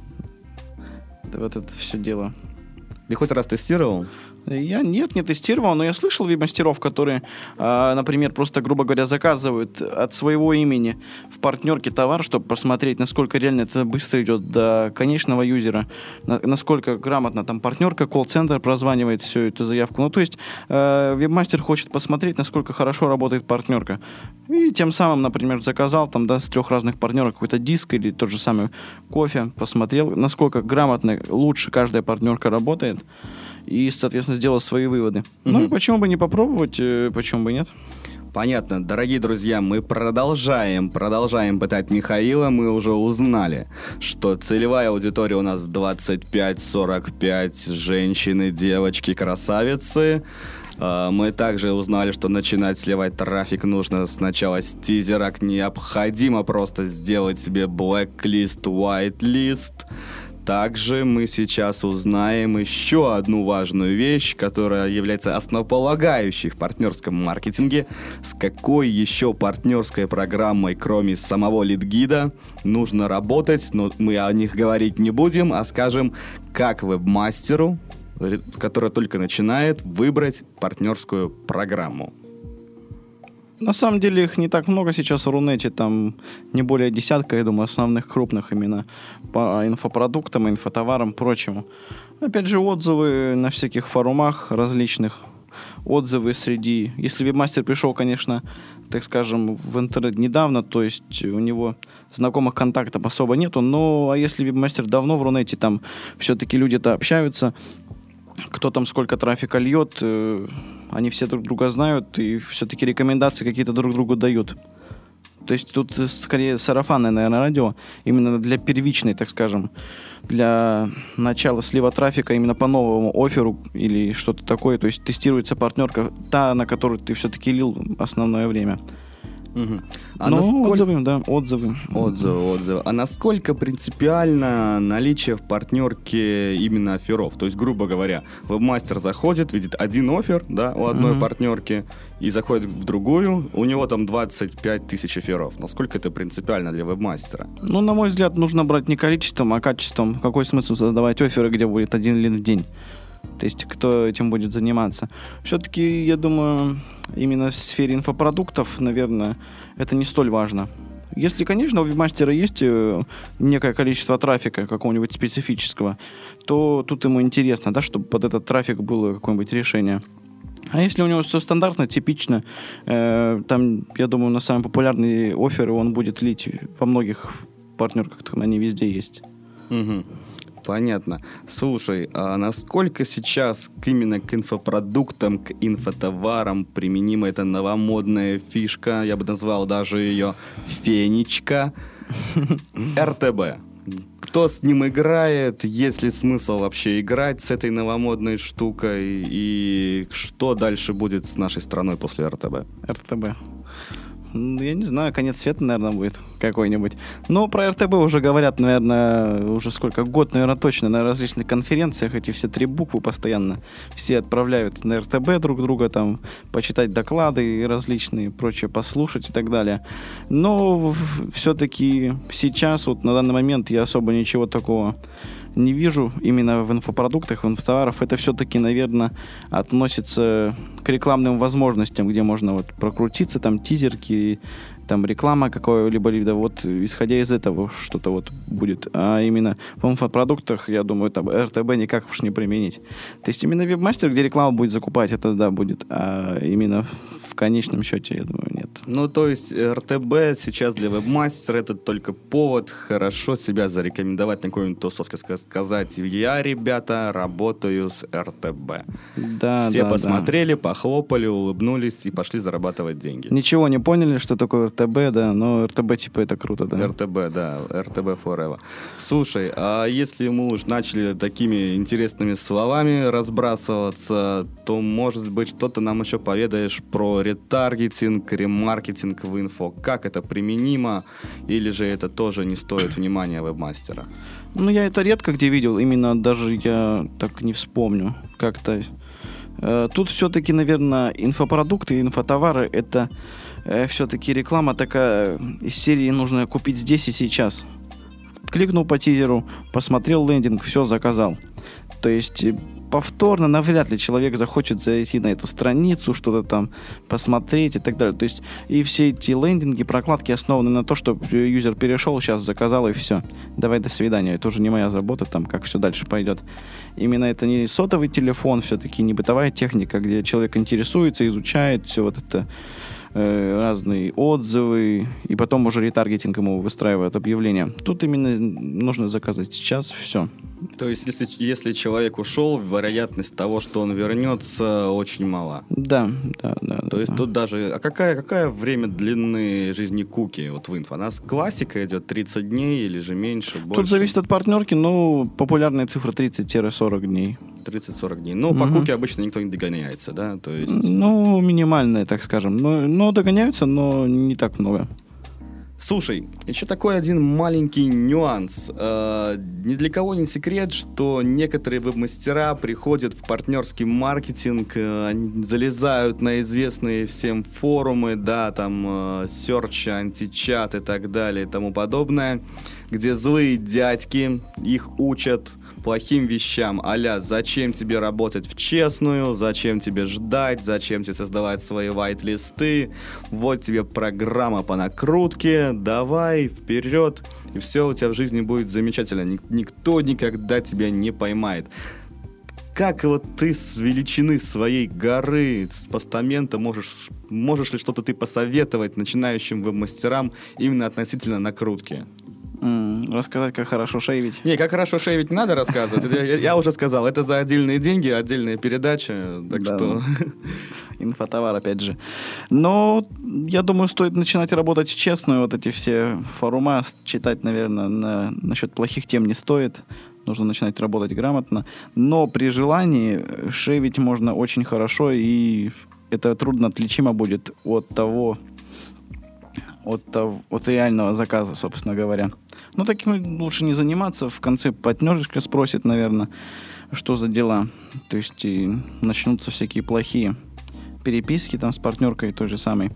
вот это все дело. Ты хоть раз тестировал? Я нет, не тестировал, но я слышал веб-мастеров, которые, э, например, просто, грубо говоря, заказывают от своего имени в партнерке товар, чтобы посмотреть, насколько реально это быстро идет до конечного юзера, на, насколько грамотно там партнерка, колл-центр прозванивает всю эту заявку. Ну, то есть э, веб-мастер хочет посмотреть, насколько хорошо работает партнерка. И тем самым, например, заказал там, да, с трех разных партнеров какой-то диск или тот же самый кофе, посмотрел, насколько грамотно, лучше каждая партнерка работает. И, соответственно, сделал свои выводы. Mm-hmm. Ну и почему бы не попробовать, почему бы нет? Понятно. Дорогие друзья, мы продолжаем, продолжаем пытать Михаила. Мы уже узнали, что целевая аудитория у нас двадцать пять сорок пять, женщины, девочки, красавицы. Мы также узнали, что начинать сливать трафик нужно сначала с тизерок. Необходимо просто сделать себе blacklist, whitelist. Также мы сейчас узнаем еще одну важную вещь, которая является основополагающей в партнерском маркетинге. С какой еще партнерской программой, кроме самого лид-гида, нужно работать, но мы о них говорить не будем, а скажем, как веб-мастеру, который только начинает, выбрать партнерскую программу. На самом деле их не так много сейчас в Рунете, там не более десятка, я думаю, основных крупных именно по инфопродуктам, инфотоварам, прочему. Опять же, отзывы на всяких форумах различных отзывы среди... Если вебмастер пришел, конечно, так скажем, в интернет недавно, то есть у него знакомых контактов особо нету, но а если вебмастер давно в Рунете, там все-таки люди-то общаются, кто там сколько трафика льет, э, они все друг друга знают, и все-таки рекомендации какие-то друг другу дают. То есть тут скорее сарафанное, наверное, радио, именно для первичной, так скажем, для начала слива трафика именно по новому офферу или что-то такое. То есть тестируется партнерка, та, на которую ты все-таки лил основное время. Угу. А ну, насколько... отзывы, да, отзывы. Отзывы, отзывы. А насколько принципиально наличие в партнерке именно офферов? То есть, грубо говоря, вебмастер заходит, видит один оффер, да, у одной uh-huh. партнерки, и заходит в другую, у него там двадцать пять тысяч офферов. Насколько это принципиально для вебмастера? Ну, на мой взгляд, нужно брать не количеством, а качеством. Какой смысл создавать офферы, где будет один лид в день? То есть, кто этим будет заниматься? Все-таки, я думаю, именно в сфере инфопродуктов, наверное, это не столь важно. Если, конечно, у вебмастера есть некое количество трафика какого-нибудь специфического, то тут ему интересно, да, чтобы под этот трафик было какое-нибудь решение. А если у него все стандартно, типично, э, там, я думаю, на самые популярные офферы он будет лить во многих партнерках, они везде есть. Угу. Понятно. Слушай, а насколько сейчас именно к инфопродуктам, к инфотоварам применима эта новомодная фишка, я бы назвал даже ее фенечка, эр тэ бэ? Кто с ним играет, есть ли смысл вообще играть с этой новомодной штукой, и что дальше будет с нашей страной после эр тэ бэ? эр тэ бэ. Я не знаю, конец света, наверное, будет какой-нибудь. Но про эр тэ бэ уже говорят, наверное, уже сколько, год, наверное, точно на различных конференциях. Эти все три буквы постоянно все отправляют на эр тэ бэ друг друга, там, почитать доклады различные, прочее, послушать и так далее. Но все-таки сейчас, вот на данный момент, я особо ничего такого не вижу именно в инфопродуктах, в инфотоварах. Это все-таки, наверное, относится к рекламным возможностям, где можно вот прокрутиться, там тизерки, там реклама какого-либо вида. Вот исходя из этого что-то вот будет. А именно в инфопродуктах, я думаю, там эр тэ бэ никак уж не применить. То есть именно вебмастер, где реклама будет закупать, это да, будет. А именно в конечном счете, я думаю, нет. Ну, то есть эр тэ бэ сейчас для вебмастера это только повод хорошо себя зарекомендовать на какой-нибудь тусовке, сказать: я, ребята, работаю с эр тэ бэ. Да, Все да, посмотрели, да. похлопали, улыбнулись и пошли зарабатывать деньги. Ничего не поняли, что такое эр тэ бэ, да, но эр тэ бэ типа это круто, да. эр тэ бэ, да, эр тэ бэ forever. Слушай, а если мы уж начали такими интересными словами разбрасываться, то, может быть, что-то нам еще поведаешь про ретаргетинг, ремаркетинг в инфо. Как это применимо? Или же это тоже не стоит внимания вебмастера? Ну, я это редко где видел, именно даже я так не вспомню как-то. Э, тут все-таки, наверное, инфопродукты, инфотовары — это э, все-таки реклама такая из серии «нужно купить здесь и сейчас». Кликнул по тизеру, посмотрел лендинг, все, заказал. То есть повторно навряд ли человек захочет зайти на эту страницу, что-то там посмотреть и так далее. То есть и все эти лендинги, прокладки основаны на том, что юзер перешел, сейчас заказал и все. Давай, до свидания. Это уже не моя забота, там, как все дальше пойдет. Именно это не сотовый телефон, все-таки не бытовая техника, где человек интересуется, изучает все вот это, э, разные отзывы, и потом уже ретаргетинг ему выстраивает объявления. Тут именно нужно заказать сейчас все. То есть, если, если человек ушел, вероятность того, что он вернется, очень мала. Да, да, да. То да, есть да. тут даже... А какая, какая время длины жизни куки вот в инфо? У нас классика идет тридцать дней или же меньше, больше? Тут зависит от партнерки, но популярная цифра тридцать-сорок дней. тридцать-сорок дней. Ну, угу. по куке обычно никто не догоняется, да? То есть... Ну, минимальная, так скажем. Но, но догоняются, но не так много. Слушай, еще такой один маленький нюанс. Э, ни для кого не секрет, что некоторые веб-мастера приходят в партнерский маркетинг, э, залезают на известные всем форумы, да, там, э, Search, античат и так далее и тому подобное, где злые дядьки их учат плохим вещам, а-ля зачем тебе работать в честную, зачем тебе ждать, зачем тебе создавать свои вайт-листы, вот тебе программа по накрутке, давай, вперед, и все у тебя в жизни будет замечательно, Ник- никто никогда тебя не поймает. как вот ты с величины своей горы, с постамента можешь, можешь ли что-то ты посоветовать начинающим веб-мастерам именно относительно накрутки? М, Рассказать, как хорошо шейвить. Не, как хорошо шейвить не надо рассказывать. Это Я, я уже сказал, это за отдельные деньги, отдельная передача. Так Да. что... Инфотовар, опять же. Но я думаю, стоит начинать работать честно. Вот эти все форума читать, наверное, на, насчет плохих тем не стоит. Нужно начинать работать грамотно. Но при желании шейвить можно очень хорошо, и это трудно отличимо будет от того, от, того, от реального заказа, собственно говоря. Но таким лучше не заниматься. В конце партнеришка спросит, наверное, что за дела. То есть и начнутся всякие плохие переписки там с партнеркой той же самой.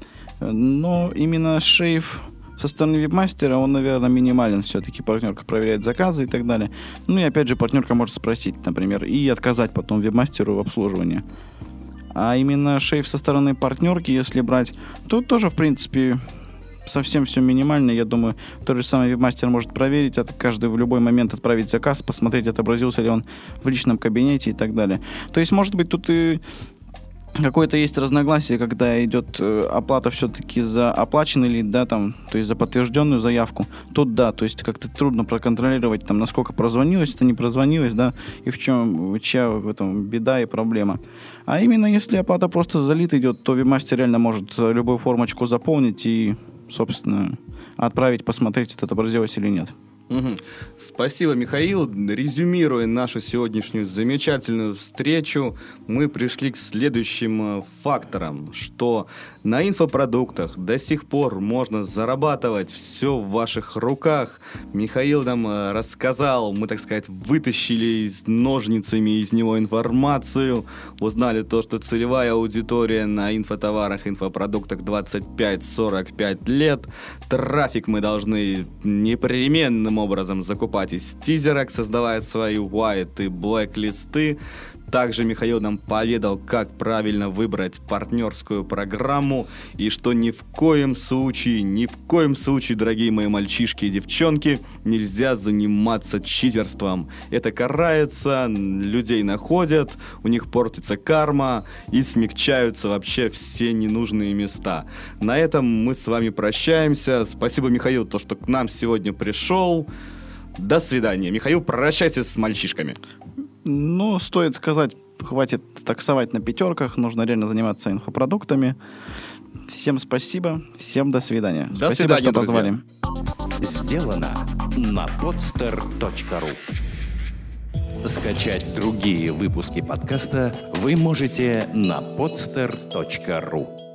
Но именно шейв со стороны вебмастера, он, наверное, минимален все-таки. Партнерка проверяет заказы и так далее. Ну и опять же, партнерка может спросить, например, и отказать потом вебмастеру в обслуживании. А именно шейв со стороны партнерки, если брать, то тоже, в принципе, совсем все минимально. Я думаю, тот же самый вебмастер может проверить, от каждый в любой момент отправить заказ, посмотреть, отобразился ли он в личном кабинете и так далее. То есть, может быть, тут и какое-то есть разногласие, когда идет э, оплата все-таки за оплаченный лид, да, там, то есть за подтвержденную заявку. Тут да, то есть как-то трудно проконтролировать, там, насколько прозвонилось, это не прозвонилось, да, и в чем, чья в этом беда и проблема. А именно если оплата просто за лид идет, то вебмастер реально может любую формочку заполнить и, собственно, отправить, посмотреть, это отобразилось или нет. Угу. Спасибо, Михаил. Резюмируя нашу сегодняшнюю замечательную встречу, мы пришли к следующим факторам, что на инфопродуктах до сих пор можно зарабатывать, все в ваших руках. Михаил нам рассказал, мы, так сказать, вытащили из ножницами из него информацию, узнали то, что целевая аудитория на инфотоварах, инфопродуктах двадцать пять сорок пять лет. Трафик мы должны непременным образом закупать из тизерок, создавая свои white и black листы. Также Михаил нам поведал, как правильно выбрать партнерскую программу и что ни в коем случае, ни в коем случае, дорогие мои мальчишки и девчонки, нельзя заниматься читерством. Это карается, людей находят, у них портится карма и смягчаются вообще все ненужные места. На этом мы с вами прощаемся. Спасибо, Михаил, то, что к нам сегодня пришел. До свидания. Михаил, прощайся с мальчишками. Ну, стоит сказать, хватит таксовать на пятерках, нужно реально заниматься инфопродуктами. Всем спасибо, всем до свидания. До спасибо, свидания, что друзья. позвали. Сделано на podster точка ру. Скачать другие выпуски подкаста вы можете на podster точка ру.